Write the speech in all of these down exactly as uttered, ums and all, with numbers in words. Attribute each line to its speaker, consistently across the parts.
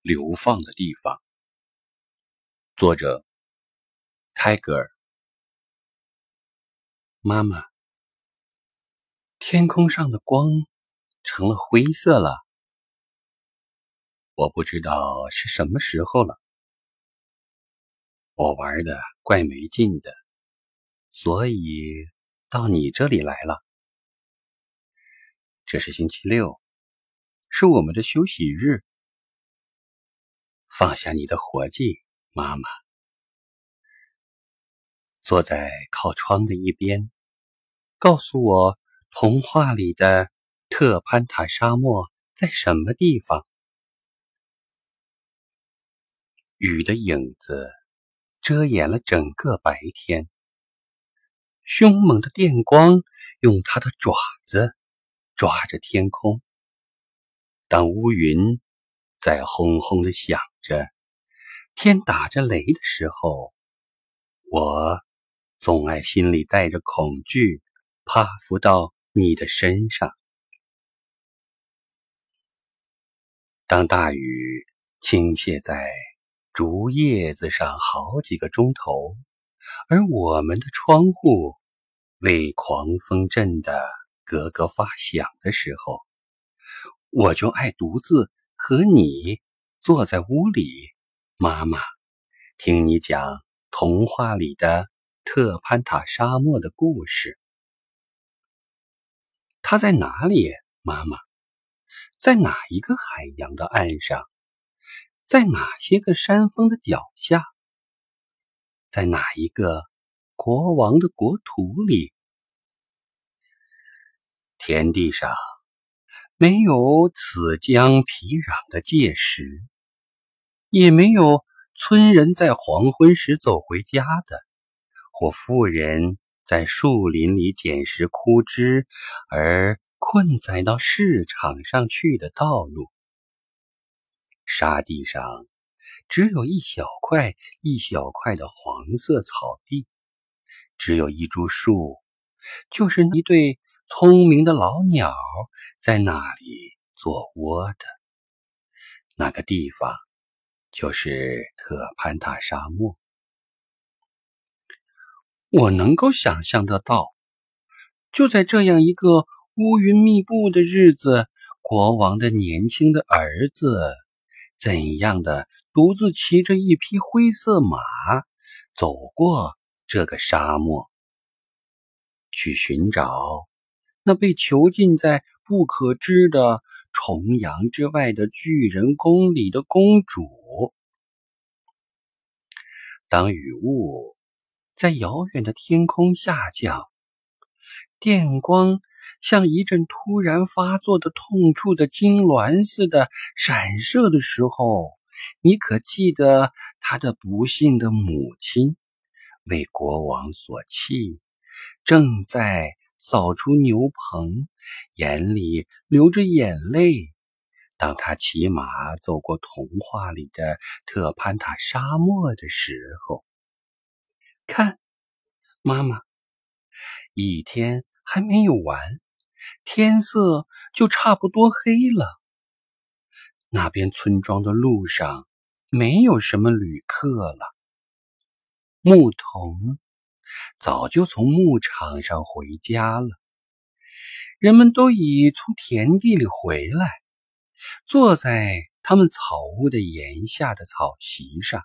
Speaker 1: 流放的地方。作者泰戈尔。妈妈，天空上的光成了灰色了。我不知道是什么时候了。我玩的怪没劲的，所以到你这里来了。这是星期六，是我们的休息日。放下你的活计，妈妈。坐在靠窗的一边，告诉我童话里的特潘塔沙漠在什么地方？雨的影子遮掩了整个白天，凶猛的电光用它的爪子抓着天空。当乌云在轰轰地响着，天打着雷的时候，我总爱心里带着恐惧，趴伏到你的身上。当大雨倾泻在竹叶子上好几个钟头，而我们的窗户为狂风震得咯咯发响的时候，我就爱独自和你坐在屋里，妈妈，听你讲童话里的特潘塔沙漠的故事。它在哪里，妈妈？在哪一个海洋的岸上？在哪些个山峰的脚下？在哪一个国王的国土里？天地上没有此江彼壤的界石，也没有村人在黄昏时走回家的，或妇人在树林里捡拾枯枝而困在到市场上去的道路。沙地上只有一小块一小块的黄色草地，只有一株树，就是一对聪明的老鸟在那里做窝的。那个地方就是特潘塔沙漠。我能够想象得到，就在这样一个乌云密布的日子，国王的年轻的儿子怎样的独自骑着一匹灰色马走过这个沙漠，去寻找那被囚禁在不可知的重洋之外的巨人宫里的公主。当雨雾在遥远的天空下降，电光像一阵突然发作的痛处的痉挛似的闪射的时候，你可记得他的不幸的母亲为国王所弃，正在扫除牛棚，眼里流着眼泪，当他骑马走过童话里的特潘塔沙漠的时候。看，妈妈，一天还没有完，天色就差不多黑了。那边村庄的路上没有什么旅客了，牧童早就从牧场上回家了，人们都已从田地里回来，坐在他们草屋的檐下的草席上，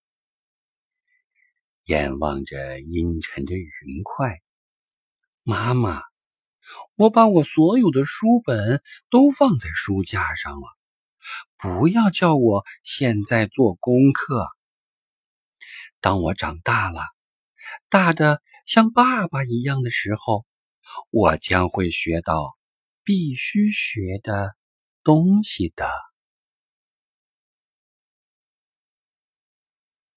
Speaker 1: 眼望着阴沉的云块。妈妈，我把我所有的书本都放在书架上了，不要叫我现在做功课。当我长大了，大的像爸爸一样的时候，我将会学到必须学的东西的。